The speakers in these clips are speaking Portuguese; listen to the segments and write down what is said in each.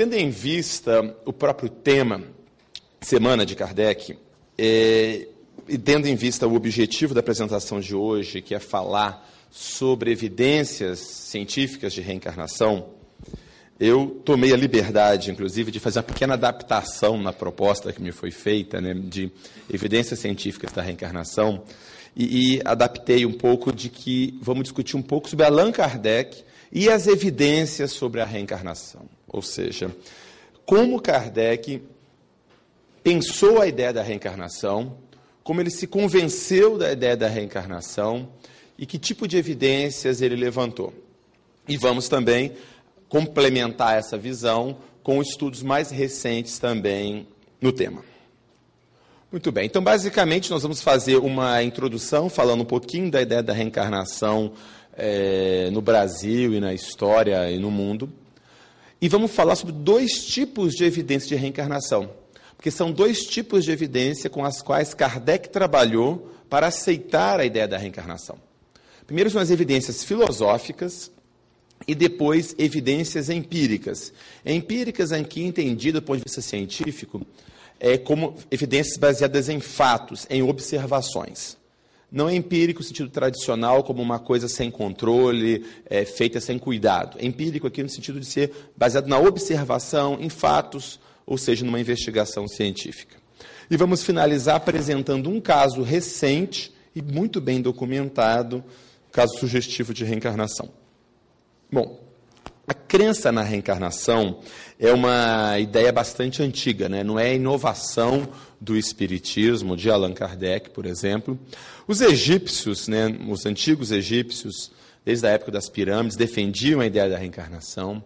Tendo em vista o próprio tema, Semana de Kardec, e tendo em vista o objetivo da apresentação de hoje, que é falar sobre evidências científicas de reencarnação, eu tomei a liberdade, inclusive, de fazer uma pequena adaptação na proposta que me foi feita, né, de evidências científicas da reencarnação, e adaptei um pouco de que vamos discutir um pouco sobre Allan Kardec e as evidências sobre a reencarnação. Ou seja, como Kardec pensou a ideia da reencarnação, como ele se convenceu da ideia da reencarnação e que tipo de evidências ele levantou. E vamos também complementar essa visão com estudos mais recentes também no tema. Muito bem, então basicamente nós vamos fazer uma introdução falando um pouquinho da ideia da reencarnação no Brasil e na história e no mundo. E vamos falar sobre dois tipos de evidência de reencarnação, porque são dois tipos de evidência com as quais Kardec trabalhou para aceitar a ideia da reencarnação. Primeiro são as evidências filosóficas e depois evidências empíricas. Empíricas aqui entendido do ponto de vista científico como evidências baseadas em fatos, em observações. Não é empírico no sentido tradicional, como uma coisa sem controle, feita sem cuidado. É empírico aqui no sentido de ser baseado na observação, em fatos, ou seja, numa investigação científica. E vamos finalizar apresentando um caso recente e muito bem documentado, caso sugestivo de reencarnação. Bom, a crença na reencarnação é uma ideia bastante antiga, né? Não é inovação do espiritismo, de Allan Kardec, por exemplo. Os egípcios, né, os antigos egípcios, desde a época das pirâmides, defendiam a ideia da reencarnação.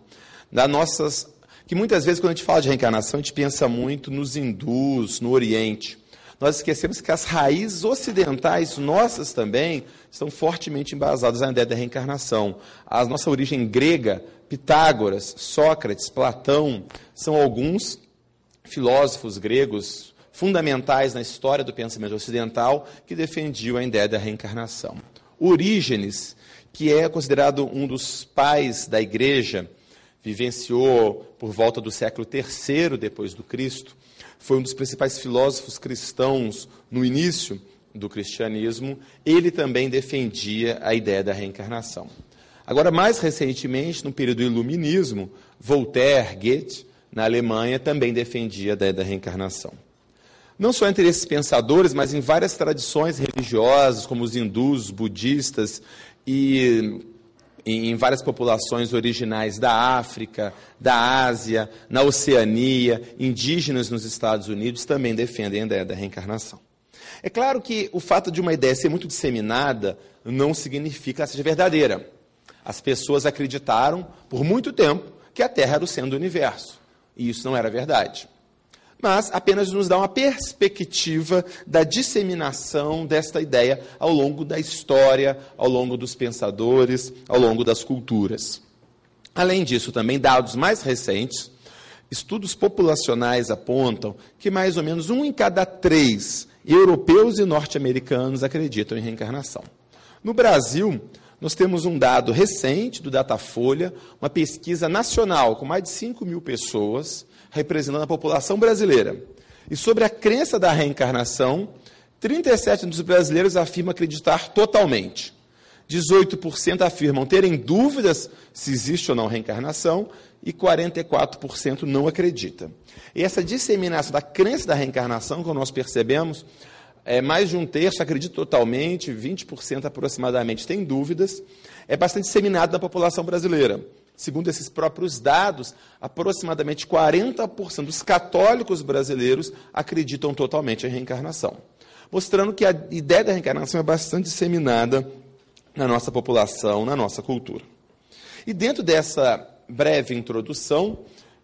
Que muitas vezes, quando a gente fala de reencarnação, a gente pensa muito nos hindus, no Oriente. Nós esquecemos que as raízes ocidentais nossas também estão fortemente embasadas na ideia da reencarnação. A nossa origem grega, Pitágoras, Sócrates, Platão, são alguns filósofos gregos fundamentais na história do pensamento ocidental que defendiam a ideia da reencarnação. Orígenes, que é considerado um dos pais da Igreja, vivenciou por volta do século III depois do Cristo, foi um dos principais filósofos cristãos no início do cristianismo, ele também defendia a ideia da reencarnação. Agora, mais recentemente, no período do Iluminismo, Voltaire, Goethe, na Alemanha, também defendia a ideia da reencarnação. Não só entre esses pensadores, mas em várias tradições religiosas, como os hindus, os budistas e em várias populações originais da África, da Ásia, na Oceania, indígenas nos Estados Unidos, também defendem a ideia da reencarnação. É claro que o fato de uma ideia ser muito disseminada não significa que ela seja verdadeira. As pessoas acreditaram, por muito tempo, que a Terra era o centro do universo. E isso não era verdade. Mas apenas nos dá uma perspectiva da disseminação desta ideia ao longo da história, ao longo dos pensadores, ao longo das culturas. Além disso, também, dados mais recentes, estudos populacionais apontam que mais ou menos 1 em cada 3 europeus e norte-americanos acreditam em reencarnação. No Brasil, nós temos um dado recente do Datafolha, uma pesquisa nacional com mais de 5.000 pessoas, representando a população brasileira. E sobre a crença da reencarnação, 37% dos brasileiros afirmam acreditar totalmente. 18% afirmam terem dúvidas se existe ou não reencarnação e 44% não acredita. E essa disseminação da crença da reencarnação, como nós percebemos, mais de 1/3 acredita totalmente, 20% aproximadamente tem dúvidas, é bastante disseminado na população brasileira. Segundo esses próprios dados, aproximadamente 40% dos católicos brasileiros acreditam totalmente em reencarnação, mostrando que a ideia da reencarnação é bastante disseminada na nossa população, na nossa cultura. E dentro dessa breve introdução,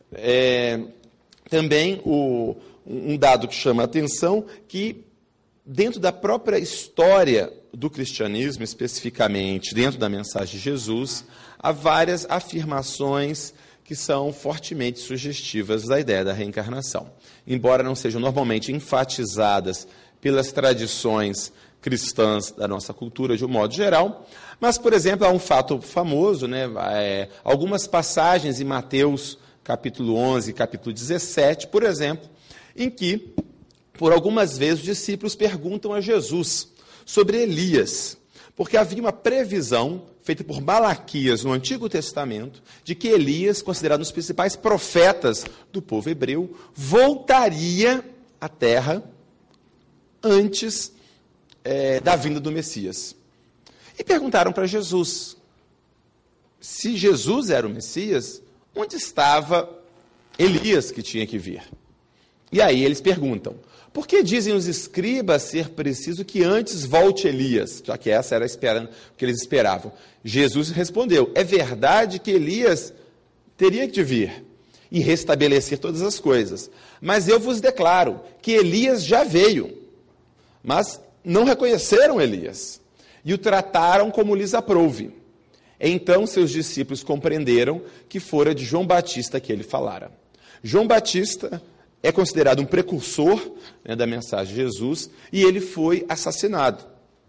também um dado que chama a atenção, que dentro da própria história do cristianismo, especificamente dentro da mensagem de Jesus, há várias afirmações que são fortemente sugestivas da ideia da reencarnação. Embora não sejam normalmente enfatizadas pelas tradições cristãs da nossa cultura de um modo geral, mas, por exemplo, há um fato famoso, né? Algumas passagens em Mateus capítulo 11 e capítulo 17, por exemplo, em que, por algumas vezes, os discípulos perguntam a Jesus sobre Elias, porque havia uma previsão feita por Malaquias no Antigo Testamento de que Elias, considerado um dos principais profetas do povo hebreu, voltaria à terra antes da vinda do Messias. E perguntaram para Jesus, se Jesus era o Messias, onde estava Elias que tinha que vir? E aí eles perguntam, por que dizem os escribas ser preciso que antes volte Elias? Já que essa era o que eles esperavam. Jesus respondeu, é verdade que Elias teria que vir e restabelecer todas as coisas. Mas eu vos declaro que Elias já veio, mas não reconheceram Elias e o trataram como lhes aprouve. Então seus discípulos compreenderam que fora de João Batista que ele falara. João Batista é considerado um precursor, né, da mensagem de Jesus, e ele foi assassinado.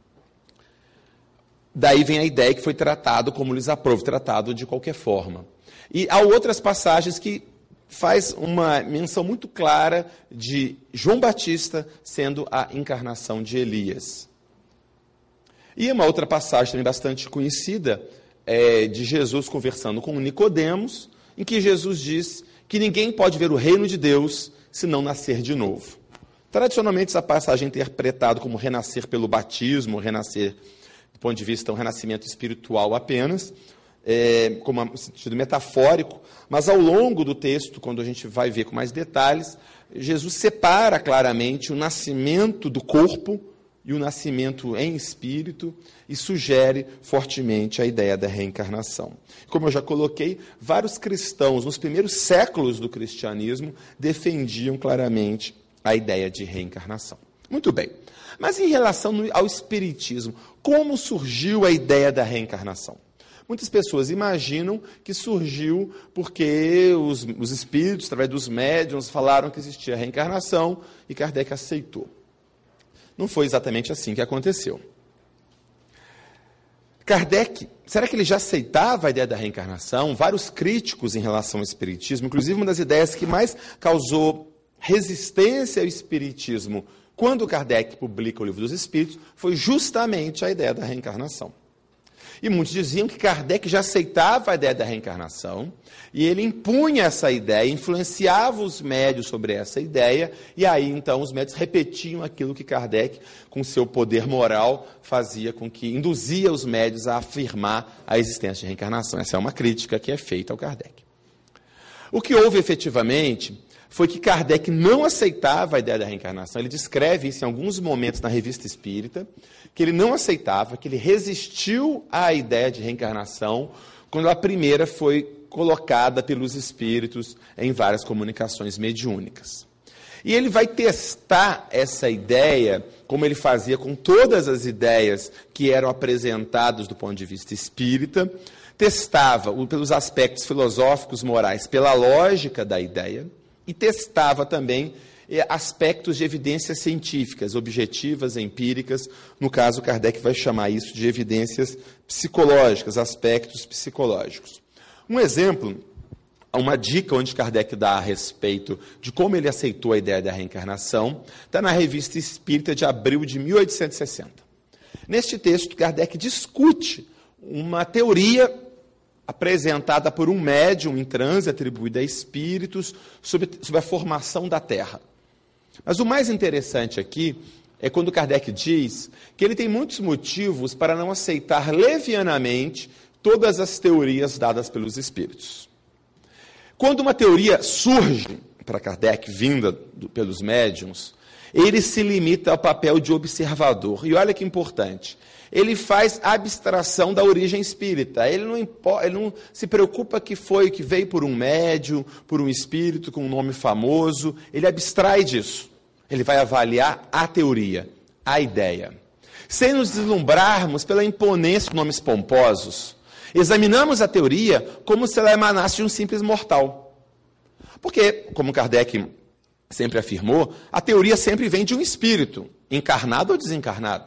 Daí vem a ideia que foi tratado como lhes aprouve, tratado de qualquer forma. E há outras passagens que faz uma menção muito clara de João Batista sendo a encarnação de Elias. E uma outra passagem também bastante conhecida é de Jesus conversando com Nicodemos, em que Jesus diz que ninguém pode ver o reino de Deus se não nascer de novo. Tradicionalmente, essa passagem é interpretada como renascer pelo batismo, renascer do ponto de vista um renascimento espiritual apenas, como um sentido metafórico, mas ao longo do texto, quando a gente vai ver com mais detalhes, Jesus separa claramente o nascimento do corpo e o nascimento em espírito e sugere fortemente a ideia da reencarnação. Como eu já coloquei, vários cristãos nos primeiros séculos do cristianismo defendiam claramente a ideia de reencarnação. Muito bem, mas em relação ao espiritismo, como surgiu a ideia da reencarnação? Muitas pessoas imaginam que surgiu porque os espíritos, através dos médiuns, falaram que existia reencarnação e Kardec aceitou. Não foi exatamente assim que aconteceu. Kardec, será que ele já aceitava a ideia da reencarnação? Vários críticos em relação ao espiritismo, inclusive uma das ideias que mais causou resistência ao espiritismo quando Kardec publica o Livro dos Espíritos, foi justamente a ideia da reencarnação. E muitos diziam que Kardec já aceitava a ideia da reencarnação, e ele impunha essa ideia, influenciava os médiuns sobre essa ideia, e aí então os médiuns repetiam aquilo que Kardec, com seu poder moral, fazia com que induzia os médiuns a afirmar a existência de reencarnação. Essa é uma crítica que é feita ao Kardec. O que houve efetivamente foi que Kardec não aceitava a ideia da reencarnação. Ele descreve isso em alguns momentos na Revista Espírita, que ele não aceitava, que ele resistiu à ideia de reencarnação quando a primeira foi colocada pelos espíritos em várias comunicações mediúnicas. E ele vai testar essa ideia, como ele fazia com todas as ideias que eram apresentadas do ponto de vista espírita, testava pelos aspectos filosóficos, morais, pela lógica da ideia, e testava também aspectos de evidências científicas, objetivas, empíricas. No caso, Kardec vai chamar isso de evidências psicológicas, aspectos psicológicos. Um exemplo, uma dica onde Kardec dá a respeito de como ele aceitou a ideia da reencarnação, está na Revista Espírita de abril de 1860. Neste texto, Kardec discute uma teoria apresentada por um médium em transe, atribuída a espíritos, sobre a formação da Terra. Mas o mais interessante aqui é quando Kardec diz que ele tem muitos motivos para não aceitar levianamente todas as teorias dadas pelos espíritos. Quando uma teoria surge para Kardec, vinda pelos médiuns, ele se limita ao papel de observador. E olha que importante, ele faz abstração da origem espírita. Ele não se preocupa que veio por um médium, por um espírito com um nome famoso. Ele abstrai disso. Ele vai avaliar a teoria, a ideia. Sem nos deslumbrarmos pela imponência de nomes pomposos, examinamos a teoria como se ela emanasse de um simples mortal. Porque, como Kardec sempre afirmou, a teoria sempre vem de um espírito, encarnado ou desencarnado.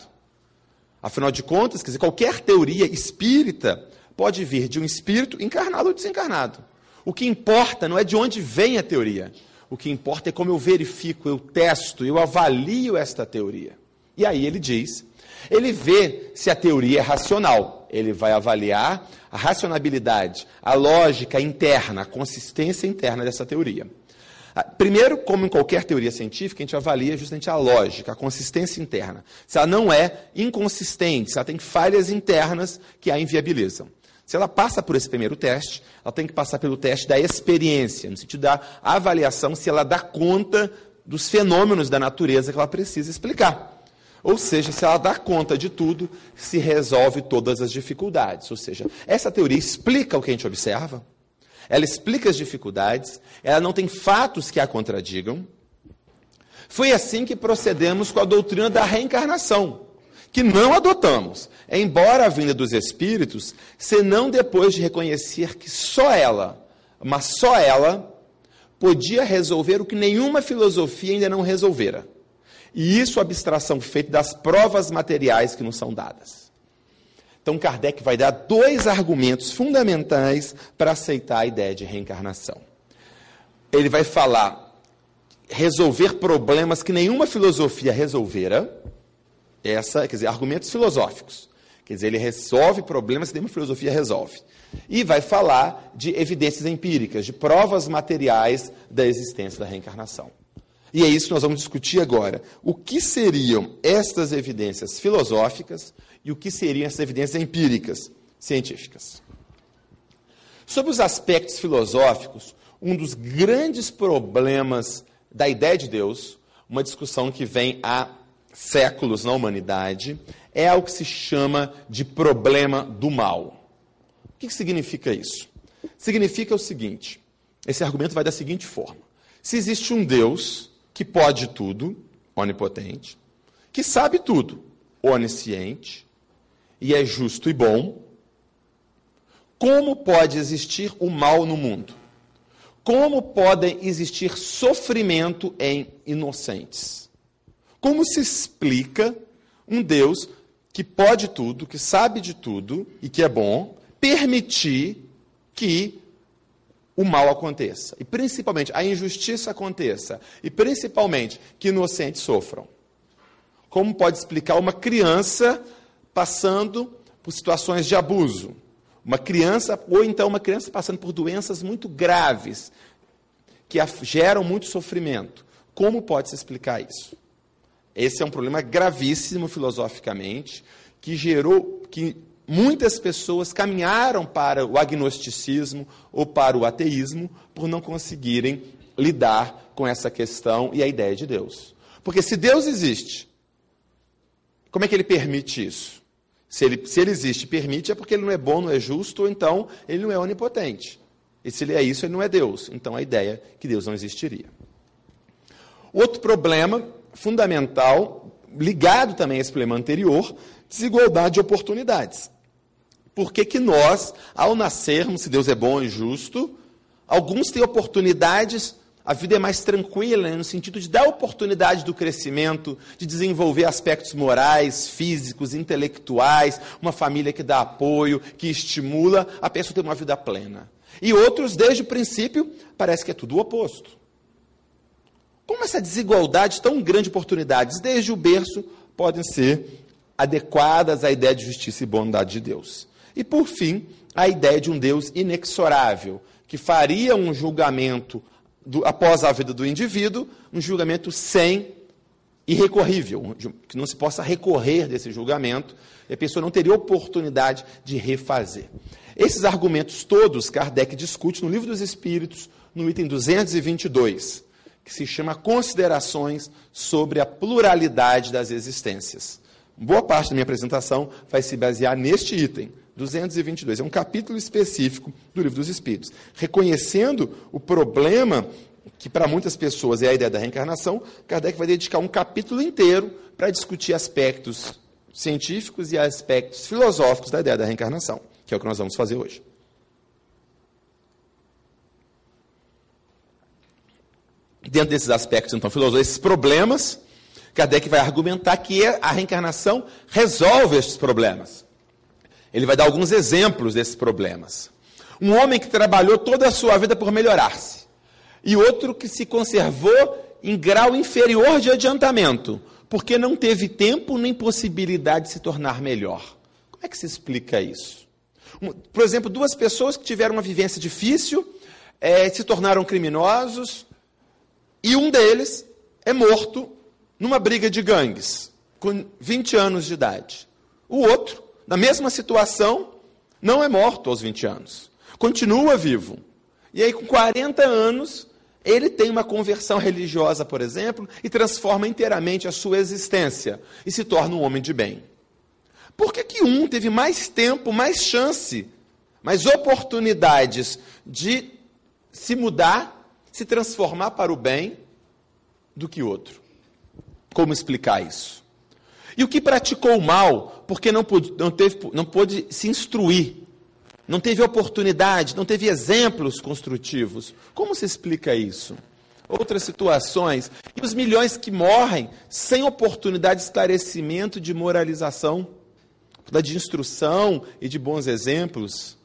Afinal de contas, quer dizer, qualquer teoria espírita pode vir de um espírito encarnado ou desencarnado. O que importa não é de onde vem a teoria. O que importa é como eu verifico, eu testo, eu avalio esta teoria. E aí ele diz, ele vê se a teoria é racional. Ele vai avaliar a racionalidade, a lógica interna, a consistência interna dessa teoria. Primeiro, como em qualquer teoria científica, a gente avalia justamente a lógica, a consistência interna. Se ela não é inconsistente, se ela tem falhas internas que a inviabilizam. Se ela passa por esse primeiro teste, ela tem que passar pelo teste da experiência, no sentido da avaliação se ela dá conta dos fenômenos da natureza que ela precisa explicar. Ou seja, se ela dá conta de tudo, se resolve todas as dificuldades. Ou seja, essa teoria explica o que a gente observa, ela explica as dificuldades, ela não tem fatos que a contradigam. Foi assim que procedemos com a doutrina da reencarnação, que não adotamos, embora a vinda dos espíritos, senão depois de reconhecer que só ela, mas só ela, podia resolver o que nenhuma filosofia ainda não resolvera. E isso, abstração feita das provas materiais que nos são dadas. Então, Kardec vai dar 2 argumentos fundamentais para aceitar a ideia de reencarnação. Ele vai falar, resolver problemas que nenhuma filosofia resolvera, quer dizer, argumentos filosóficos. Quer dizer, ele resolve problemas que nenhuma filosofia resolve. E vai falar de evidências empíricas, de provas materiais da existência da reencarnação. E é isso que nós vamos discutir agora. O que seriam estas evidências filosóficas e o que seriam essas evidências empíricas, científicas? Sobre os aspectos filosóficos, um dos grandes problemas da ideia de Deus, uma discussão que vem há séculos na humanidade, é o que se chama de problema do mal. O que significa isso? Significa o seguinte, esse argumento vai da seguinte forma. Se existe um Deus que pode tudo, onipotente, que sabe tudo, onisciente, e é justo e bom, como pode existir o mal no mundo? Como pode existir sofrimento em inocentes? Como se explica um Deus que pode tudo, que sabe de tudo e que é bom, permitir que o mal aconteça, e principalmente a injustiça aconteça, e principalmente que inocentes sofram? Como pode explicar uma criança passando por situações de abuso? Uma criança, ou então uma criança passando por doenças muito graves, que geram muito sofrimento. Como pode se explicar isso? Esse é um problema gravíssimo filosoficamente, que muitas pessoas caminharam para o agnosticismo ou para o ateísmo por não conseguirem lidar com essa questão e a ideia de Deus. Porque se Deus existe, como é que ele permite isso? Se ele existe e permite, é porque ele não é bom, não é justo, ou então ele não é onipotente. E se ele é isso, ele não é Deus. Então a ideia é que Deus não existiria. Outro problema fundamental, ligado também a esse problema anterior, desigualdade de oportunidades. Por que nós, ao nascermos, se Deus é bom e justo, alguns têm oportunidades, a vida é mais tranquila, no sentido de dar oportunidade do crescimento, de desenvolver aspectos morais, físicos, intelectuais, uma família que dá apoio, que estimula a pessoa a ter uma vida plena. E outros, desde o princípio, parece que é tudo o oposto. Como essa desigualdade tão grande de oportunidades, desde o berço, podem ser adequadas à ideia de justiça e bondade de Deus? E, por fim, a ideia de um Deus inexorável, que faria um julgamento após a vida do indivíduo, um julgamento irrecorrível, que não se possa recorrer desse julgamento, e a pessoa não teria oportunidade de refazer. Esses argumentos todos, Kardec discute no Livro dos Espíritos, no item 222, que se chama Considerações sobre a pluralidade das existências. Boa parte da minha apresentação vai se basear neste item, 222. É um capítulo específico do Livro dos Espíritos. Reconhecendo o problema que para muitas pessoas é a ideia da reencarnação, Kardec vai dedicar um capítulo inteiro para discutir aspectos científicos e aspectos filosóficos da ideia da reencarnação, que é o que nós vamos fazer hoje. Dentro desses aspectos, então, filosóficos, esses problemas, Kardec vai argumentar que a reencarnação resolve estes problemas. Ele vai dar alguns exemplos desses problemas. Um homem que trabalhou toda a sua vida por melhorar-se. E outro que se conservou em grau inferior de adiantamento, porque não teve tempo nem possibilidade de se tornar melhor. Como é que se explica isso? Por exemplo, duas pessoas que tiveram uma vivência difícil, se tornaram criminosos, e um deles é morto numa briga de gangues, com 20 anos de idade. O outro, na mesma situação, não é morto aos 20 anos. Continua vivo. E aí, com 40 anos, ele tem uma conversão religiosa, por exemplo, e transforma inteiramente a sua existência e se torna um homem de bem. Por que um teve mais tempo, mais chance, mais oportunidades de se mudar, se transformar para o bem, do que outro? Como explicar isso? E o que praticou o mal, porque não pôde se instruir, não teve oportunidade, não teve exemplos construtivos. Como se explica isso? Outras situações. E os milhões que morrem sem oportunidade de esclarecimento, de moralização, de instrução e de bons exemplos.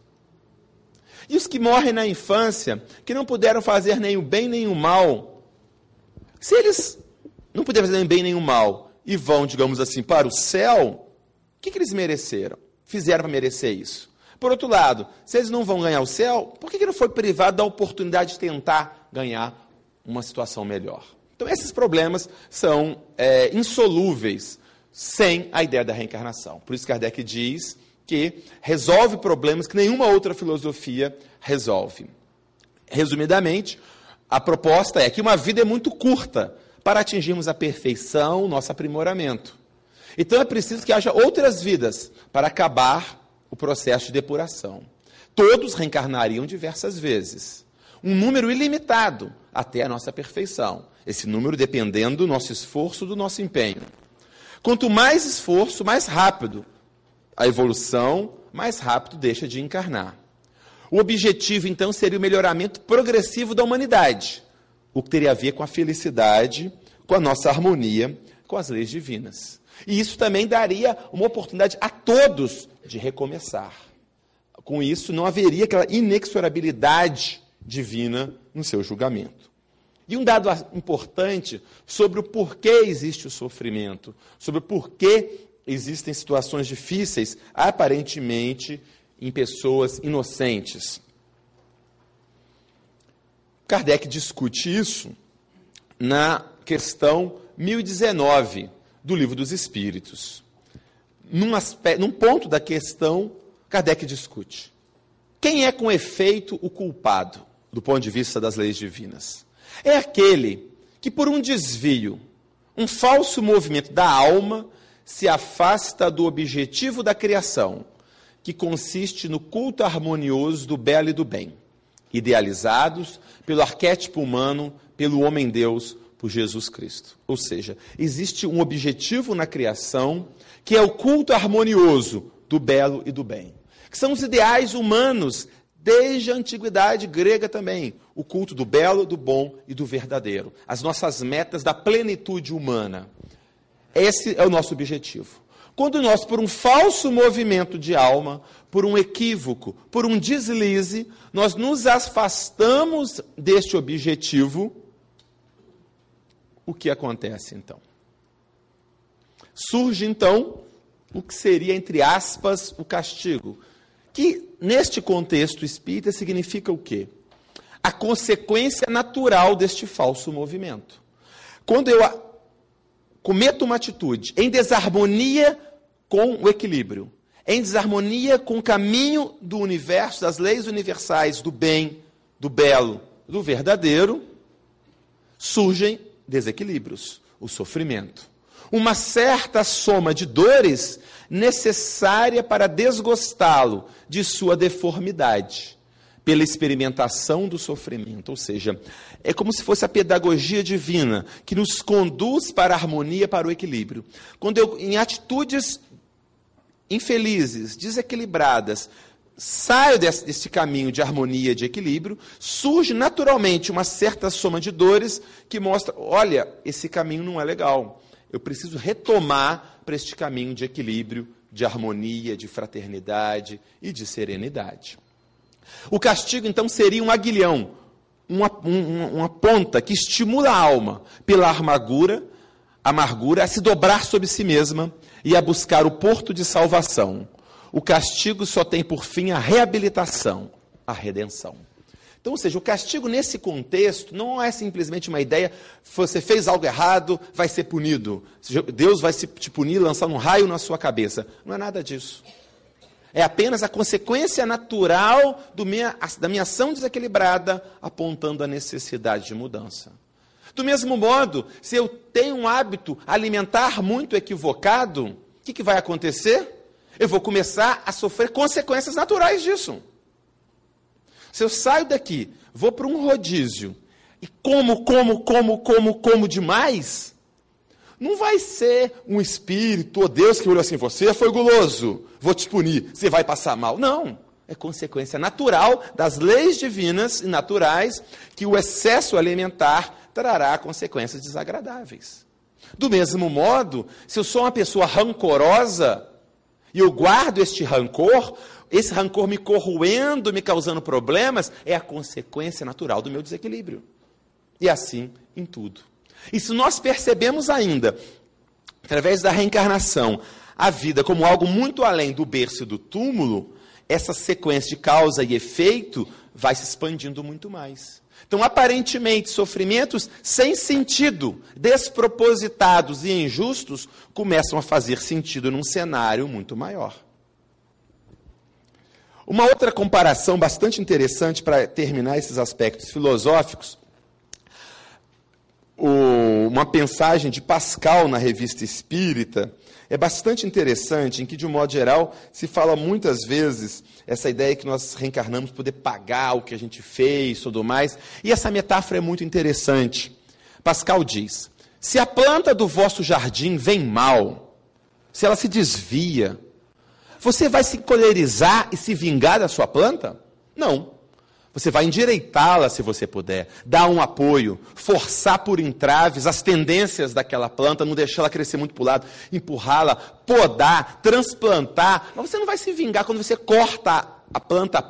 E os que morrem na infância, que não puderam fazer nem o bem nem o mal. Se eles não puderam fazer nem o bem nem o mal e vão, digamos assim, para o céu, o que eles mereceram? Fizeram para merecer isso? Por outro lado, se eles não vão ganhar o céu, por que não foi privado da oportunidade de tentar ganhar uma situação melhor? Então, esses problemas são insolúveis sem a ideia da reencarnação. Por isso, Kardec diz que resolve problemas que nenhuma outra filosofia resolve. Resumidamente, a proposta é que uma vida é muito curta para atingirmos a perfeição, nosso aprimoramento. Então, é preciso que haja outras vidas para acabar o processo de depuração. Todos reencarnariam diversas vezes. Um número ilimitado até a nossa perfeição. Esse número dependendo do nosso esforço, do nosso empenho. Quanto mais esforço, mais rápido a evolução, mais rápido deixa de encarnar. O objetivo, então, seria o melhoramento progressivo da humanidade, o que teria a ver com a felicidade, com a nossa harmonia, com as leis divinas. E isso também daria uma oportunidade a todos de recomeçar. Com isso, não haveria aquela inexorabilidade divina no seu julgamento. E um dado importante sobre o porquê existe o sofrimento, sobre o porquê existem situações difíceis, aparentemente, em pessoas inocentes. Kardec discute isso na questão 1019 do Livro dos Espíritos. Num ponto da questão, Kardec discute: quem é, com efeito, o culpado, do ponto de vista das leis divinas? É aquele que, por um desvio, um falso movimento da alma, se afasta do objetivo da criação, que consiste no culto harmonioso do belo e do bem, idealizados pelo arquétipo humano, pelo homem-deus, por Jesus Cristo. Ou seja, existe um objetivo na criação, que é o culto harmonioso do belo e do bem, que são os ideais humanos desde a antiguidade grega também, o culto do belo, do bom e do verdadeiro, as nossas metas da plenitude humana. Esse é o nosso objetivo. Quando nós, por um falso movimento de alma, por um equívoco, por um deslize, nós nos afastamos deste objetivo, o que acontece então? Surge então o que seria, entre aspas, o castigo, que neste contexto espírita significa o quê? A consequência natural deste falso movimento. Quando eu cometo uma atitude em desarmonia com o equilíbrio, em desarmonia com o caminho do universo, das leis universais, do bem, do belo, do verdadeiro, surgem desequilíbrios, o sofrimento. Uma certa soma de dores necessária para desgostá-lo de sua deformidade, pela experimentação do sofrimento. Ou seja, é como se fosse a pedagogia divina que nos conduz para a harmonia, para o equilíbrio. Quando eu, em atitudes infelizes, desequilibradas, saio desse caminho de harmonia, de equilíbrio, surge naturalmente uma certa soma de dores que mostra, olha, esse caminho não é legal. Eu preciso retomar para este caminho de equilíbrio, de harmonia, de fraternidade e de serenidade. O castigo, então, seria um aguilhão, uma ponta que estimula a alma pela amargura a se dobrar sobre si mesma e a buscar o porto de salvação. O castigo só tem por fim a reabilitação, a redenção. Então, ou seja, o castigo nesse contexto não é simplesmente uma ideia, você fez algo errado, vai ser punido. Deus vai te punir, lançar um raio na sua cabeça. Não é nada disso. É apenas a consequência natural da minha ação desequilibrada, apontando a necessidade de mudança. Do mesmo modo, se eu tenho um hábito alimentar muito equivocado, o que vai acontecer? Eu vou começar a sofrer consequências naturais disso. Se eu saio daqui, vou para um rodízio e como demais, não vai ser um espírito ou Deus que olhou assim, você foi guloso, vou te punir, você vai passar mal. Não, é consequência natural das leis divinas e naturais que o excesso alimentar trará consequências desagradáveis. Do mesmo modo, se eu sou uma pessoa rancorosa e eu guardo este rancor, esse rancor me corroendo, me causando problemas, é a consequência natural do meu desequilíbrio. E assim em tudo. E se nós percebemos ainda, através da reencarnação, a vida como algo muito além do berço e do túmulo, essa sequência de causa e efeito vai se expandindo muito mais. Então, aparentemente, sofrimentos sem sentido, despropositados e injustos, começam a fazer sentido num cenário muito maior. Uma outra comparação bastante interessante para terminar esses aspectos filosóficos, uma pensagem de Pascal na Revista Espírita, é bastante interessante, em que, de um modo geral, se fala muitas vezes essa ideia que nós reencarnamos poder pagar o que a gente fez e tudo mais, e essa metáfora é muito interessante. Pascal diz, se a planta do vosso jardim vem mal, se ela se desvia, você vai se colerizar e se vingar da sua planta? Não. Você vai endireitá-la se você puder, dar um apoio, forçar por entraves as tendências daquela planta, não deixar ela crescer muito para o lado, empurrá-la, podar, transplantar. Mas você não vai se vingar quando você corta a planta,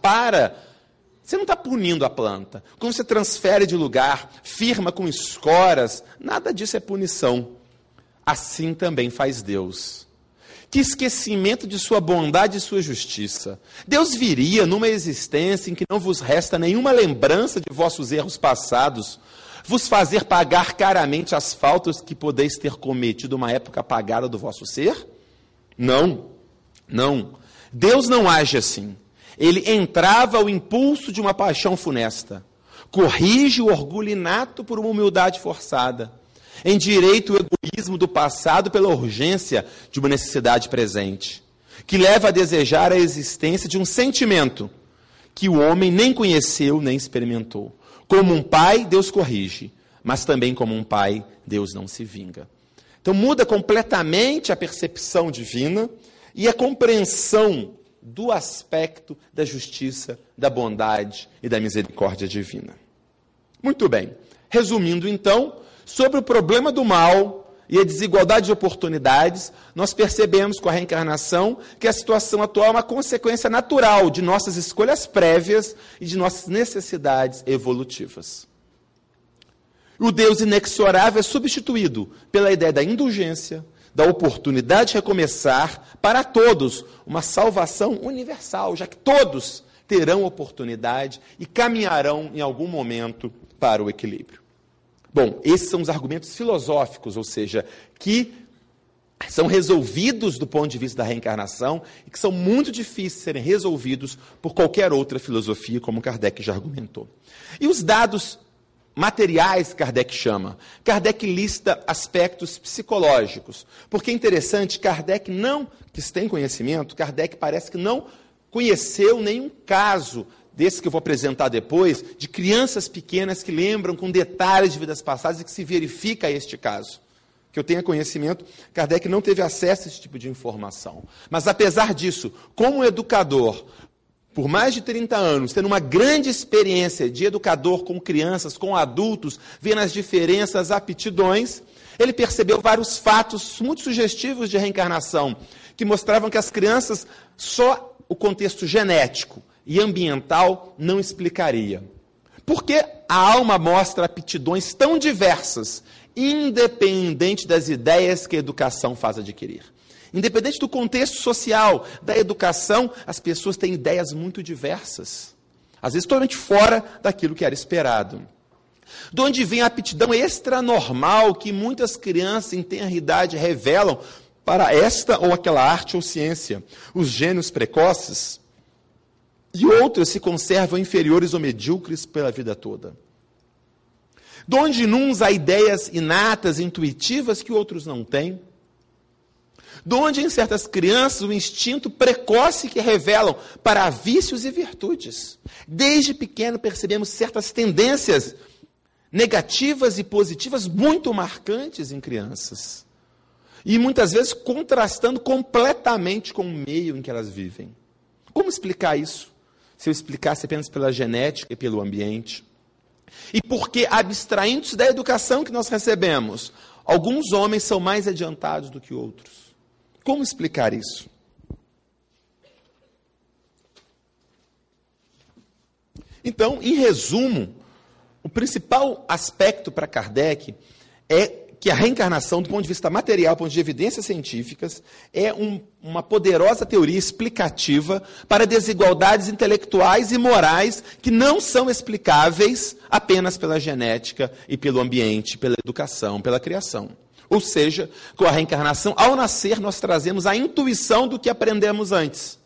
você não está punindo a planta. Quando você transfere de lugar, firma com escoras, nada disso é punição. Assim também faz Deus. Que esquecimento de sua bondade e sua justiça. Deus viria numa existência em que não vos resta nenhuma lembrança de vossos erros passados, vos fazer pagar caramente as faltas que podeis ter cometido uma época apagada do vosso ser? Não, não. Deus não age assim. Ele entrava ao impulso de uma paixão funesta, corrige o orgulho inato por uma humildade forçada, endireita o egoísmo do passado pela urgência de uma necessidade presente, que leva a desejar a existência de um sentimento que o homem nem conheceu nem experimentou. Como um pai, Deus corrige, mas também como um pai, Deus não se vinga. Então muda completamente a percepção divina e a compreensão do aspecto da justiça, da bondade e da misericórdia divina. Muito bem. Resumindo então, sobre o problema do mal e a desigualdade de oportunidades, nós percebemos com a reencarnação que a situação atual é uma consequência natural de nossas escolhas prévias e de nossas necessidades evolutivas. O Deus inexorável é substituído pela ideia da indulgência, da oportunidade de recomeçar para todos, uma salvação universal, já que todos terão oportunidade e caminharão em algum momento para o equilíbrio. Bom, esses são os argumentos filosóficos, ou seja, que são resolvidos do ponto de vista da reencarnação e que são muito difíceis de serem resolvidos por qualquer outra filosofia, como Kardec já argumentou. E os dados materiais, Kardec chama. Kardec lista aspectos psicológicos. Porque é interessante, Kardec que tem conhecimento, Kardec parece que não conheceu nenhum caso desse que eu vou apresentar depois, de crianças pequenas que lembram com detalhes de vidas passadas e que se verifica este caso. Que eu tenha conhecimento, Kardec não teve acesso a esse tipo de informação. Mas, apesar disso, como educador, por mais de 30 anos, tendo uma grande experiência de educador com crianças, com adultos, vendo as diferenças, aptidões, ele percebeu vários fatos muito sugestivos de reencarnação, que mostravam que as crianças, só o contexto genético e ambiental não explicaria. Porque a alma mostra aptidões tão diversas, independente das ideias que a educação faz adquirir. Independente do contexto social, da educação, as pessoas têm ideias muito diversas. Às vezes totalmente fora daquilo que era esperado. De onde vem a aptidão extranormal que muitas crianças em tenra idade revelam para esta ou aquela arte ou ciência? Os gênios precoces e outras se conservam inferiores ou medíocres pela vida toda. De onde nuns há ideias inatas, intuitivas que outros não têm? De onde em certas crianças o instinto precoce que revelam para vícios e virtudes? Desde pequeno percebemos certas tendências negativas e positivas muito marcantes em crianças. E muitas vezes contrastando completamente com o meio em que elas vivem. Como explicar isso? Se eu explicasse apenas pela genética e pelo ambiente. E porque, abstraindo-se da educação que nós recebemos, alguns homens são mais adiantados do que outros. Como explicar isso? Então, em resumo, o principal aspecto para Kardec é que a reencarnação, do ponto de vista material, do ponto de evidências científicas, é uma poderosa teoria explicativa para desigualdades intelectuais e morais que não são explicáveis apenas pela genética e pelo ambiente, pela educação, pela criação. Ou seja, com a reencarnação, ao nascer, nós trazemos a intuição do que aprendemos antes.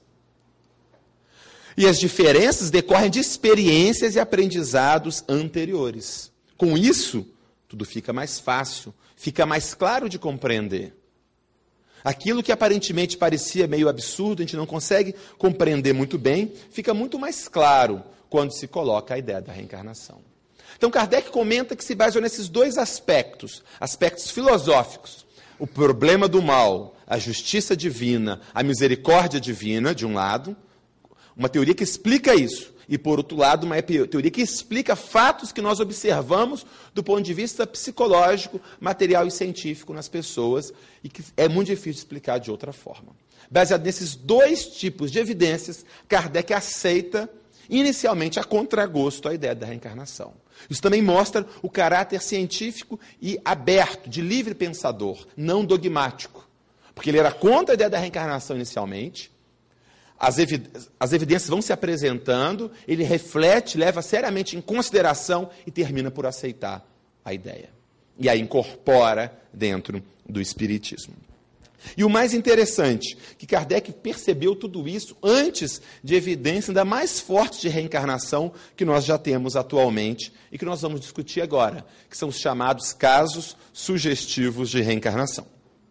E as diferenças decorrem de experiências e aprendizados anteriores. Com isso, tudo fica mais fácil, fica mais claro de compreender. Aquilo que aparentemente parecia meio absurdo, a gente não consegue compreender muito bem, fica muito mais claro quando se coloca a ideia da reencarnação. Então, Kardec comenta que se baseou nesses dois aspectos filosóficos. O problema do mal, a justiça divina, a misericórdia divina, de um lado, uma teoria que explica isso. E, por outro lado, uma teoria que explica fatos que nós observamos do ponto de vista psicológico, material e científico nas pessoas, e que é muito difícil de explicar de outra forma. Baseado nesses dois tipos de evidências, Kardec aceita, inicialmente, a contragosto, a ideia da reencarnação. Isso também mostra o caráter científico e aberto, de livre pensador, não dogmático. Porque ele era contra a ideia da reencarnação inicialmente. As evidências vão se apresentando, ele reflete, leva seriamente em consideração e termina por aceitar a ideia. E a incorpora dentro do Espiritismo. E o mais interessante, que Kardec percebeu tudo isso antes de evidências ainda mais fortes de reencarnação que nós já temos atualmente e que nós vamos discutir agora, que são os chamados casos sugestivos de reencarnação.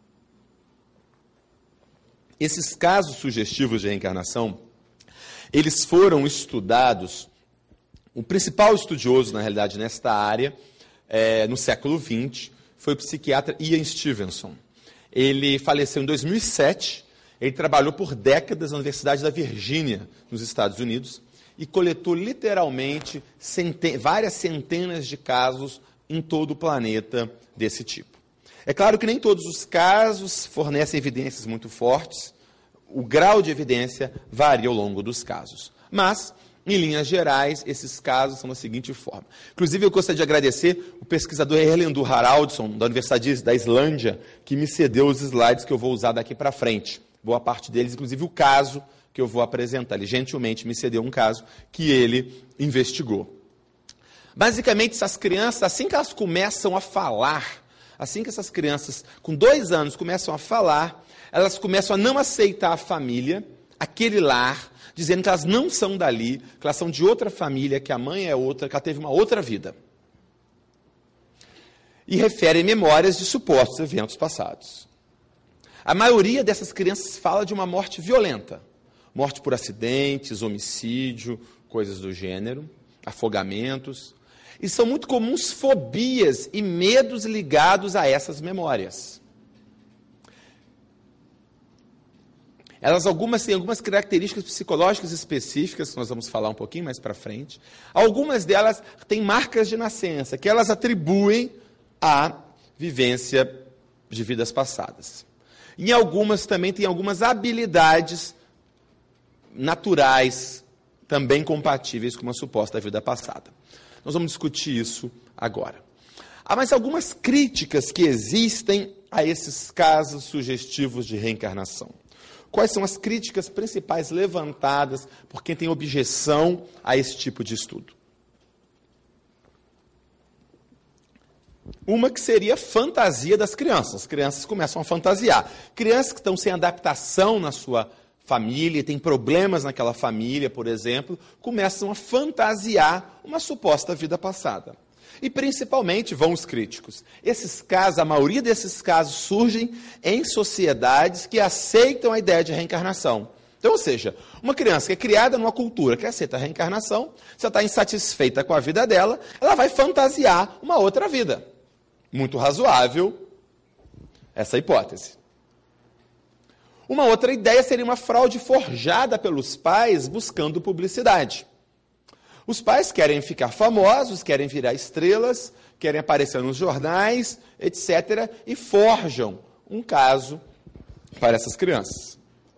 Esses casos sugestivos de reencarnação, eles foram estudados, o principal estudioso, na realidade, nesta área, no século XX, foi o psiquiatra Ian Stevenson. Ele faleceu em 2007, ele trabalhou por décadas na Universidade da Virgínia, nos Estados Unidos, e coletou literalmente várias centenas de casos em todo o planeta desse tipo. É claro que nem todos os casos fornecem evidências muito fortes, o grau de evidência varia ao longo dos casos. Mas, em linhas gerais, esses casos são da seguinte forma. Inclusive, eu gostaria de agradecer o pesquisador Erlendur Haraldsson, da Universidade da Islândia, que me cedeu os slides que eu vou usar daqui para frente. Boa parte deles, inclusive o caso que eu vou apresentar. Ele gentilmente me cedeu um caso que ele investigou. Basicamente, essas crianças, assim que elas começam a falar, assim que essas crianças com 2 anos começam a falar, elas começam a não aceitar a família, aquele lar, dizendo que elas não são dali, que elas são de outra família, que a mãe é outra, que ela teve uma outra vida. E referem memórias de supostos eventos passados. A maioria dessas crianças fala de uma morte violenta. Morte por acidentes, homicídio, coisas do gênero, afogamentos. E são muito comuns fobias e medos ligados a essas memórias. Algumas têm algumas características psicológicas específicas, que nós vamos falar um pouquinho mais para frente. Algumas delas têm marcas de nascença, que elas atribuem à vivência de vidas passadas. Em algumas também têm algumas habilidades naturais, também compatíveis com uma suposta vida passada. Nós vamos discutir isso agora. Há mais algumas críticas que existem a esses casos sugestivos de reencarnação. Quais são as críticas principais levantadas por quem tem objeção a esse tipo de estudo? Uma que seria fantasia das crianças. As crianças começam a fantasiar. Crianças que estão sem adaptação na sua família, têm problemas naquela família, por exemplo, começam a fantasiar uma suposta vida passada. E principalmente, vão os críticos, esses casos, a maioria desses casos surgem em sociedades que aceitam a ideia de reencarnação. Então, ou seja, uma criança que é criada numa cultura que aceita a reencarnação, se ela está insatisfeita com a vida dela, ela vai fantasiar uma outra vida. Muito razoável essa hipótese. Uma outra ideia seria uma fraude forjada pelos pais buscando publicidade. Os pais querem ficar famosos, querem virar estrelas, querem aparecer nos jornais, etc., e forjam um caso para essas crianças.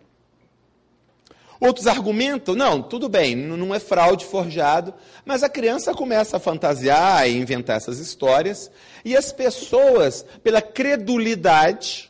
Outros argumentam, não, tudo bem, não é fraude forjado, mas a criança começa a fantasiar e inventar essas histórias, e as pessoas, pela credulidade,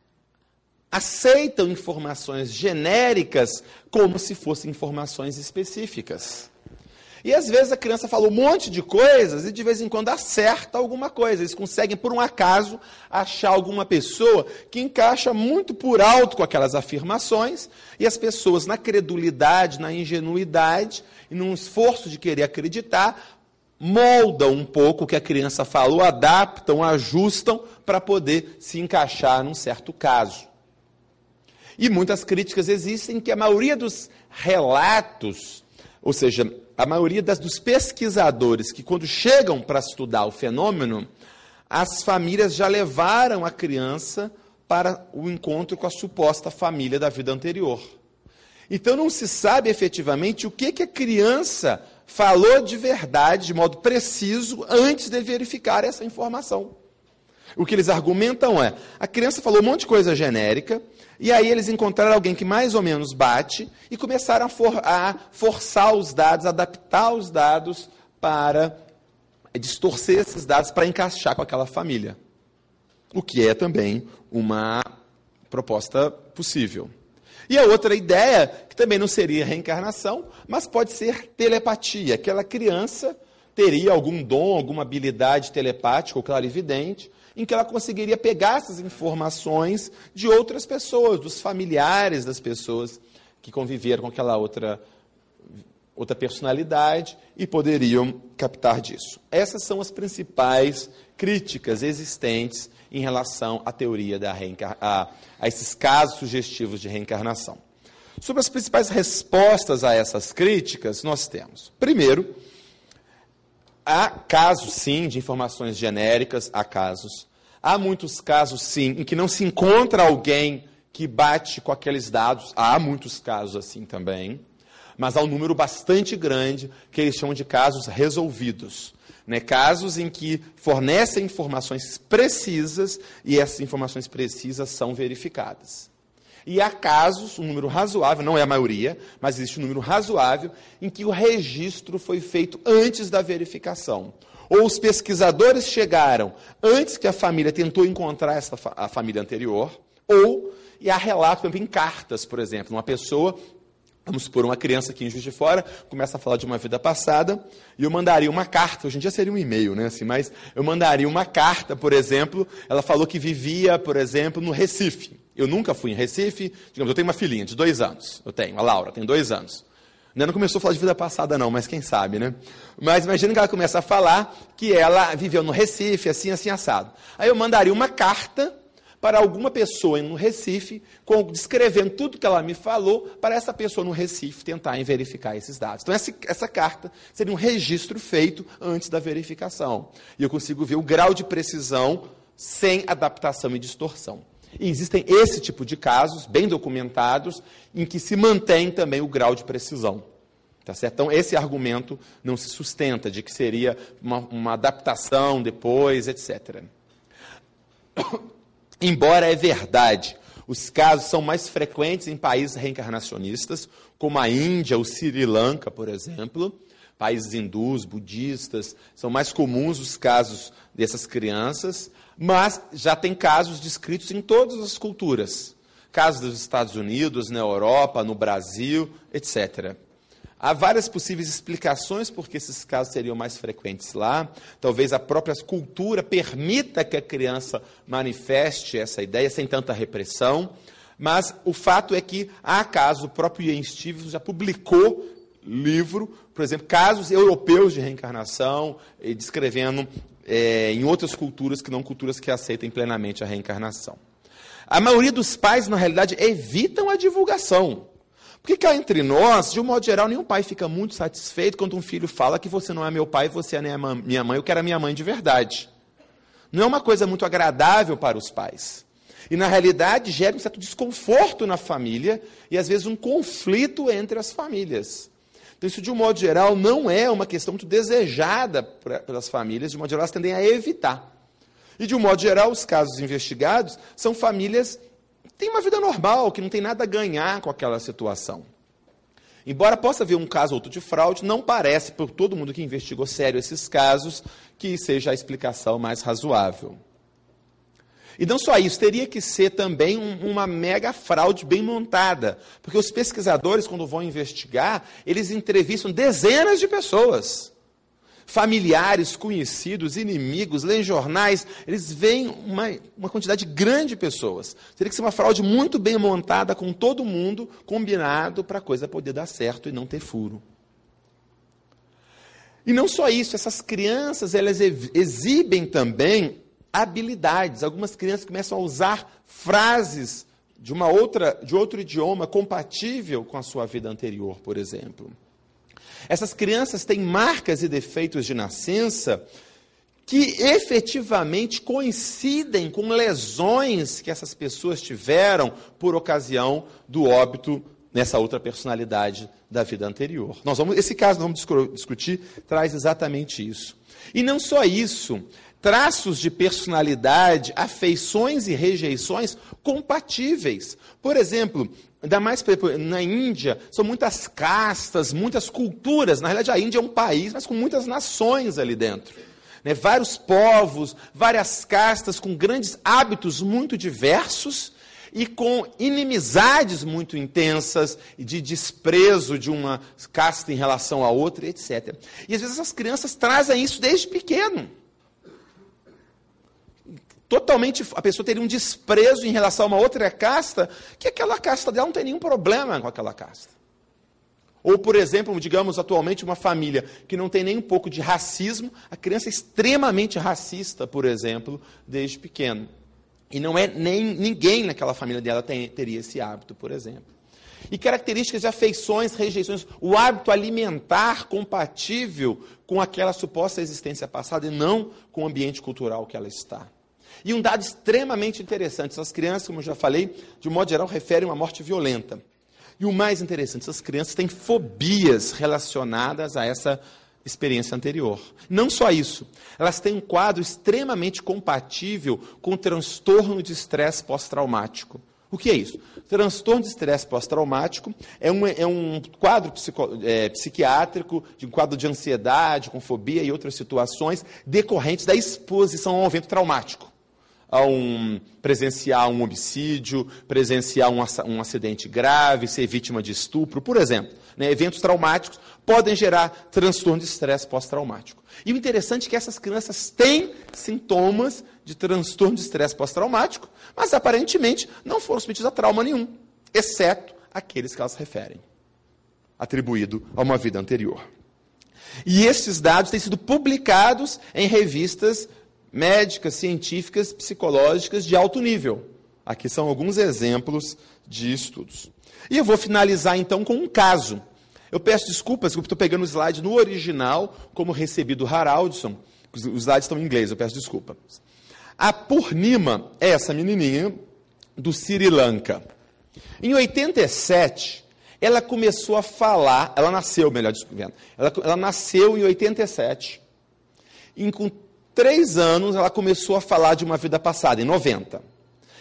aceitam informações genéricas como se fossem informações específicas. E às vezes a criança fala um monte de coisas e de vez em quando acerta alguma coisa. Eles conseguem, por um acaso, achar alguma pessoa que encaixa muito por alto com aquelas afirmações, e as pessoas, na credulidade, na ingenuidade, e num esforço de querer acreditar, moldam um pouco o que a criança falou, adaptam, ajustam para poder se encaixar num certo caso. E muitas críticas existem que a maioria dos relatos, ou seja, a maioria dos pesquisadores que, quando chegam para estudar o fenômeno, as famílias já levaram a criança para o encontro com a suposta família da vida anterior. Então, não se sabe efetivamente o que a criança falou de verdade, de modo preciso, antes de verificar essa informação. O que eles argumentam é, a criança falou um monte de coisa genérica, e aí eles encontraram alguém que mais ou menos bate e começaram a forçar os dados, adaptar os dados para distorcer esses dados para encaixar com aquela família. O que é também uma proposta possível. E a outra ideia, que também não seria reencarnação, mas pode ser telepatia. Aquela criança teria algum dom, alguma habilidade telepática ou clarividente, em que ela conseguiria pegar essas informações de outras pessoas, dos familiares das pessoas que conviveram com aquela outra personalidade e poderiam captar disso. Essas são as principais críticas existentes em relação à teoria a esses casos sugestivos de reencarnação. Sobre as principais respostas a essas críticas, nós temos, primeiro, há casos, sim, de informações genéricas, há casos. Há muitos casos, sim, em que não se encontra alguém que bate com aqueles dados. Há muitos casos assim também. Mas há um número bastante grande que eles chamam de casos resolvidos. Né? Casos em que fornecem informações precisas e essas informações precisas são verificadas. E há casos, um número razoável, não é a maioria, mas existe um número razoável, em que o registro foi feito antes da verificação. Ou os pesquisadores chegaram antes que a família tentou encontrar a família anterior, ou, e há relato, por exemplo, em cartas, por exemplo, uma pessoa, vamos supor, uma criança aqui em Juiz de Fora, começa a falar de uma vida passada, e eu mandaria uma carta, hoje em dia seria um e-mail, né, assim, mas eu mandaria uma carta, por exemplo, ela falou que vivia, por exemplo, no Recife. Eu nunca fui em Recife, digamos, eu tenho uma filhinha de 2 anos, a Laura, tem 2 anos. Ainda não começou a falar de vida passada não, mas quem sabe, né? Mas imagina que ela começa a falar que ela viveu no Recife, assim, assim, assado. Aí eu mandaria uma carta para alguma pessoa no Recife, descrevendo tudo que ela me falou, para essa pessoa no Recife tentar verificar esses dados. Então, essa carta seria um registro feito antes da verificação. E eu consigo ver o grau de precisão sem adaptação e distorção. E existem esse tipo de casos, bem documentados, em que se mantém também o grau de precisão. Tá certo? Então, esse argumento não se sustenta, de que seria uma adaptação depois, etc. Embora é verdade, Os casos são mais frequentes em países reencarnacionistas, como a Índia, o Sri Lanka, por exemplo. Países hindus, budistas, são mais comuns os casos dessas crianças, mas já tem casos descritos em todas as culturas. Casos dos Estados Unidos, na Europa, no Brasil, etc. Há várias possíveis explicações por que esses casos seriam mais frequentes lá. Talvez a própria cultura permita que a criança manifeste essa ideia sem tanta repressão, mas o fato é que há casos, o próprio Ian Stevenson já publicou livro, por exemplo, casos europeus de reencarnação, descrevendo em outras culturas que não culturas que aceitem plenamente a reencarnação. A maioria dos pais, na realidade, evitam a divulgação. Porque cá entre nós, de um modo geral, nenhum pai fica muito satisfeito quando um filho fala que você não é meu pai, você não é minha mãe, eu quero a minha mãe de verdade. Não é uma coisa muito agradável para os pais. E, na realidade, gera um certo desconforto na família e, às vezes, um conflito entre as famílias. Então, isso, de um modo geral, não é uma questão muito desejada pelas famílias, de um modo geral, elas tendem a evitar. E, de um modo geral, os casos investigados são famílias tem uma vida normal, que não tem nada a ganhar com aquela situação. Embora possa haver um caso ou outro de fraude, não parece, por todo mundo que investigou sério esses casos, que seja a explicação mais razoável. E não só isso, teria que ser também uma mega fraude bem montada, porque os pesquisadores, quando vão investigar, eles entrevistam dezenas de pessoas. Familiares, conhecidos, inimigos, leem jornais, eles veem uma quantidade grande de pessoas. Teria que ser uma fraude muito bem montada, com todo mundo combinado, para a coisa poder dar certo e não ter furo. E não só isso, essas crianças, elas exibem também habilidades. Algumas crianças começam a usar frases de outro idioma compatível com a sua vida anterior, por exemplo. Essas crianças têm marcas e defeitos de nascença que efetivamente coincidem com lesões que essas pessoas tiveram por ocasião do óbito nessa outra personalidade da vida anterior. Esse caso nós vamos discutir traz exatamente isso. E não só isso, traços de personalidade, afeições e rejeições compatíveis. Por exemplo, ainda mais na Índia, são muitas castas, muitas culturas. Na realidade, a Índia é um país, mas com muitas nações ali dentro. Vários povos, várias castas com grandes hábitos muito diversos e com inimizades muito intensas, de desprezo de uma casta em relação à outra, etc. E às vezes as crianças trazem isso desde pequeno. Totalmente, a pessoa teria um desprezo em relação a uma outra casta, que aquela casta dela não tem nenhum problema com aquela casta. Ou, por exemplo, digamos atualmente uma família que não tem nem um pouco de racismo, a criança é extremamente racista, por exemplo, desde pequeno. E não é nem ninguém naquela família dela teria esse hábito, por exemplo. E características de afeições, rejeições, o hábito alimentar compatível com aquela suposta existência passada e não com o ambiente cultural que ela está. E um dado extremamente interessante, essas crianças, como eu já falei, de um modo geral, referem a uma morte violenta. E o mais interessante, essas crianças têm fobias relacionadas a essa experiência anterior. Não só isso, elas têm um quadro extremamente compatível com o transtorno de estresse pós-traumático. O que é isso? Transtorno de estresse pós-traumático é um quadro psiquiátrico, de um quadro de ansiedade, com fobia e outras situações decorrentes da exposição a um evento traumático. Presenciar um homicídio, presenciar um acidente grave, ser vítima de estupro, por exemplo. Eventos traumáticos podem gerar transtorno de estresse pós-traumático. E o interessante é que essas crianças têm sintomas de transtorno de estresse pós-traumático, mas aparentemente não foram submetidos a trauma nenhum, exceto aqueles que elas referem, atribuído a uma vida anterior. E esses dados têm sido publicados em revistas médicas, científicas, psicológicas de alto nível. Aqui são alguns exemplos de estudos. E eu vou finalizar, então, com um caso. Eu peço desculpas, porque estou pegando o slide no original, como recebi do Haraldson. Os slides estão em inglês, eu peço desculpa. A Purnima é essa menininha do Sri Lanka. Em 87, ela começou a falar, ela nasceu, melhor dizendo, ela nasceu em 87, e com 3 anos ela começou a falar de uma vida passada, em 90.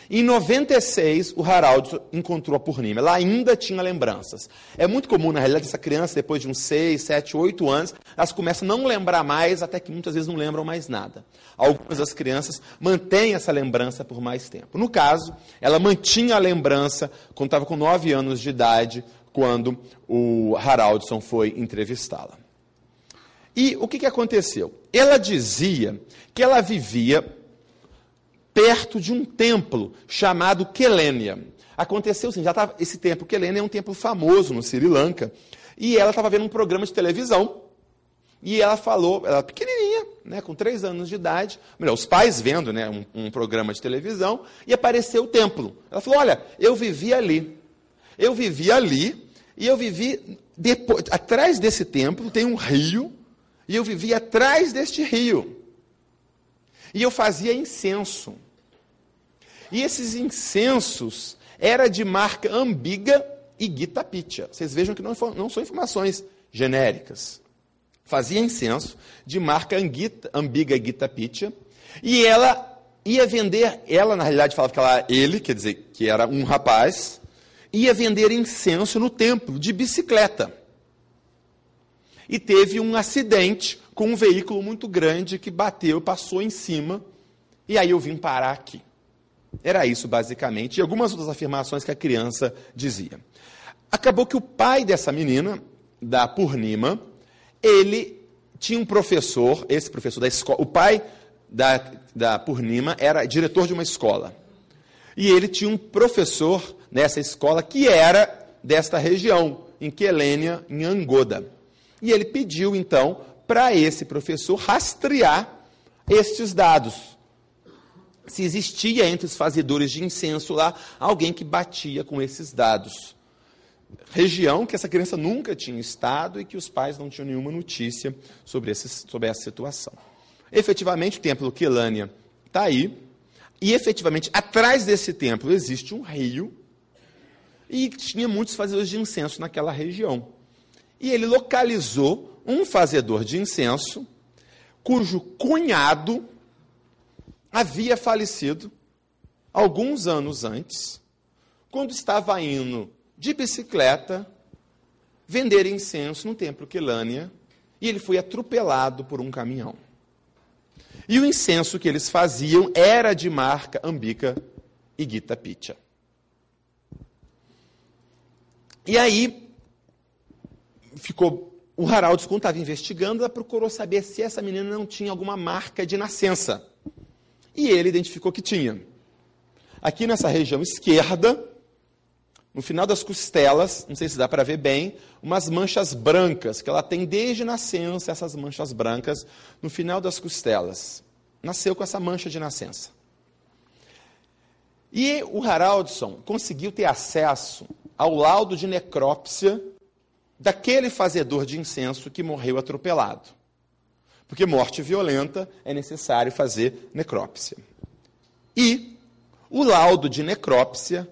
Em 96, o Haraldson encontrou a Purnima. Ela ainda tinha lembranças. É muito comum, na realidade, essa criança, depois de uns 6, 7, 8 anos, elas começam a não lembrar mais, até que muitas vezes não lembram mais nada. Algumas das crianças mantêm essa lembrança por mais tempo. No caso, ela mantinha a lembrança quando estava com 9 anos de idade, quando o Haraldson foi entrevistá-la. E o que aconteceu? Ela dizia que ela vivia perto de um templo chamado Kelenia. Aconteceu assim, já estava esse templo, Kelenia é um templo famoso no Sri Lanka, e ela estava vendo um programa de televisão, e ela falou, ela pequenininha, né, com 3 anos de idade, melhor, os pais vendo, né, um programa de televisão, e apareceu o templo. Ela falou, olha, eu vivi ali, e eu vivi, atrás desse templo tem um rio, e eu vivi atrás deste rio. E eu fazia incenso. E esses incensos eram de marca Ambiga e Gita Pitya. Vocês vejam que não são informações genéricas. Fazia incenso de marca Ambiga e Gita Pitya. E ela ia vender, ela na realidade falava que ela era ele, quer dizer, que era um rapaz, ia vender incenso no templo, de bicicleta. E teve um acidente com um veículo muito grande que bateu, passou em cima, e aí eu vim parar aqui. Era isso, basicamente, e algumas outras afirmações que a criança dizia. Acabou que o pai dessa menina, da Purnima, ele tinha um professor, esse professor da escola, o pai da Purnima era diretor de uma escola. E ele tinha um professor nessa escola que era desta região, em Kelenia, em Angoda. E ele pediu, então, para esse professor rastrear estes dados. Se existia entre os fazedores de incenso lá alguém que batia com esses dados. Região que essa criança nunca tinha estado e que os pais não tinham nenhuma notícia sobre essa situação. Efetivamente, o templo Kelania está aí, e efetivamente, atrás desse templo existe um rio, e tinha muitos fazedores de incenso naquela região. E ele localizou um fazedor de incenso, cujo cunhado havia falecido alguns anos antes, quando estava indo de bicicleta vender incenso no templo Kelania, e ele foi atropelado por um caminhão. E o incenso que eles faziam era de marca Ambiga e Gita Pitya. E aí, o Haraldson, quando estava investigando, ela procurou saber se essa menina não tinha alguma marca de nascença. E ele identificou que tinha. Aqui nessa região esquerda, no final das costelas, não sei se dá para ver bem, umas manchas brancas, que ela tem desde nascença, essas manchas brancas, no final das costelas. Nasceu com essa mancha de nascença. E o Haraldson conseguiu ter acesso ao laudo de necrópsia daquele fazedor de incenso que morreu atropelado. Porque morte violenta é necessário fazer necrópsia. E o laudo de necrópsia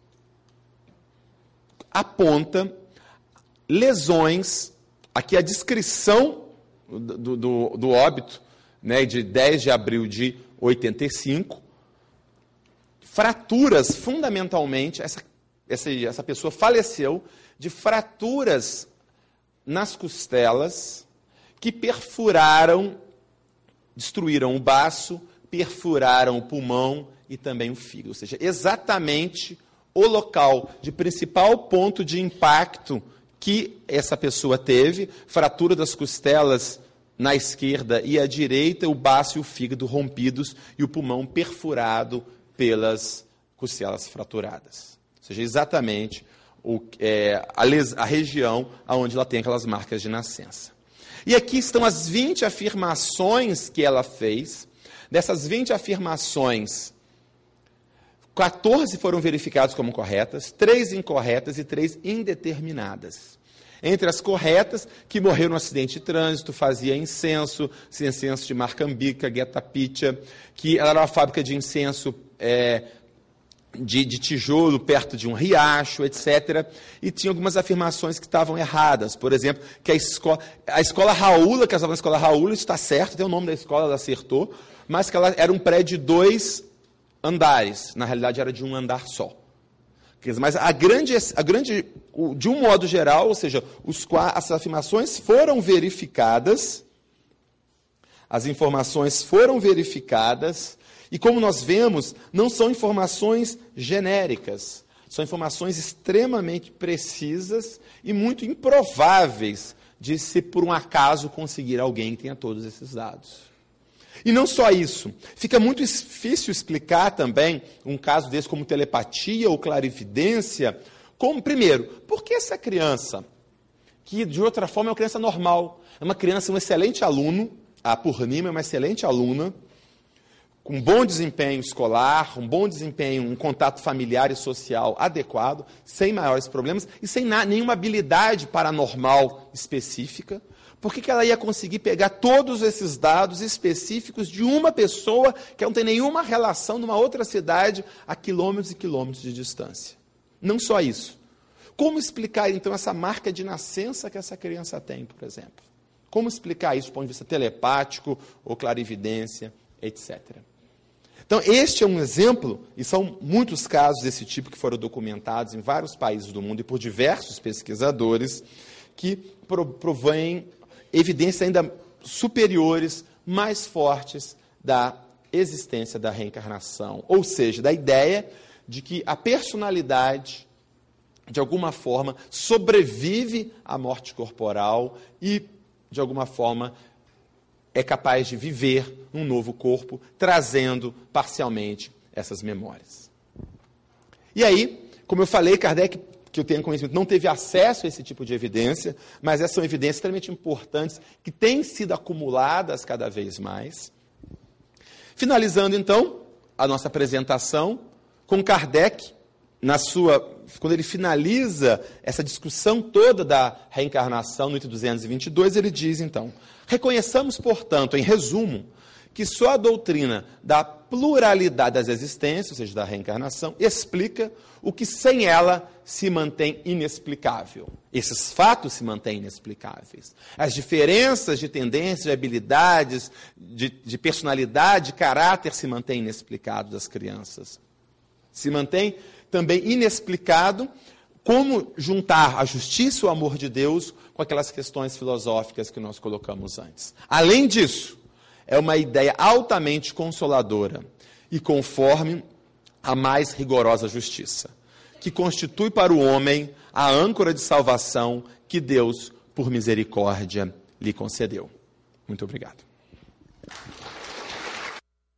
aponta lesões, aqui a descrição do óbito, né, de 10 de abril de 85, fraturas, fundamentalmente, essa pessoa faleceu de fraturas nas costelas que perfuraram, destruíram o baço, perfuraram o pulmão e também o fígado. Ou seja, exatamente o local de principal ponto de impacto que essa pessoa teve, fratura das costelas na esquerda e à direita, o baço e o fígado rompidos e o pulmão perfurado pelas costelas fraturadas. Ou seja, exatamente a região onde ela tem aquelas marcas de nascença. E aqui estão as 20 afirmações que ela fez. Dessas 20 afirmações, 14 foram verificadas como corretas, 3 incorretas e 3 indeterminadas. Entre as corretas, que morreu no acidente de trânsito, fazia incenso de marca Ambiga, Gita Pitya, que ela era uma fábrica de incenso de tijolo perto de um riacho, etc. E tinha algumas afirmações que estavam erradas. Por exemplo, que a escola Raula, que ela estava na escola Raula, isso está certo, tem o nome da escola, ela acertou, mas que ela era um prédio de 2 andares. Na realidade, era de um andar só. Mas de um modo geral, ou seja, as afirmações foram verificadas, as informações foram verificadas, e como nós vemos, não são informações genéricas, são informações extremamente precisas e muito improváveis de se por um acaso conseguir alguém que tenha todos esses dados. E não só isso, fica muito difícil explicar também um caso desse como telepatia ou clarividência, como, primeiro, por que essa criança, que de outra forma é uma criança normal, é uma criança, um excelente aluno, a Purnima é uma excelente aluna, com bom desempenho escolar, um bom desempenho, um contato familiar e social adequado, sem maiores problemas e sem nenhuma habilidade paranormal específica, por que ela ia conseguir pegar todos esses dados específicos de uma pessoa que não tem nenhuma relação numa outra cidade a quilômetros e quilômetros de distância? Não só isso. Como explicar, então, essa marca de nascença que essa criança tem, por exemplo? Como explicar isso do ponto de vista telepático ou clarividência, etc. Então, este é um exemplo, e são muitos casos desse tipo que foram documentados em vários países do mundo e por diversos pesquisadores, que provêm evidências ainda superiores, mais fortes da existência da reencarnação. Ou seja, da ideia de que a personalidade, de alguma forma, sobrevive à morte corporal e, de alguma forma, é capaz de viver num novo corpo, trazendo parcialmente essas memórias. E aí, como eu falei, Kardec, que eu tenho conhecimento, não teve acesso a esse tipo de evidência, mas essas são evidências extremamente importantes que têm sido acumuladas cada vez mais. Finalizando, então, a nossa apresentação com Kardec, quando ele finaliza essa discussão toda da reencarnação no item 222, ele diz, então, reconheçamos, portanto, em resumo, que só a doutrina da pluralidade das existências, ou seja, da reencarnação, explica o que sem ela se mantém inexplicável. Esses fatos se mantêm inexplicáveis. As diferenças de tendências, de habilidades, de personalidade, de caráter se mantêm inexplicados das crianças. Se mantém também inexplicado como juntar a justiça e o amor de Deus com aquelas questões filosóficas que nós colocamos antes. Além disso, é uma ideia altamente consoladora e conforme a mais rigorosa justiça, que constitui para o homem a âncora de salvação que Deus, por misericórdia, lhe concedeu. Muito obrigado.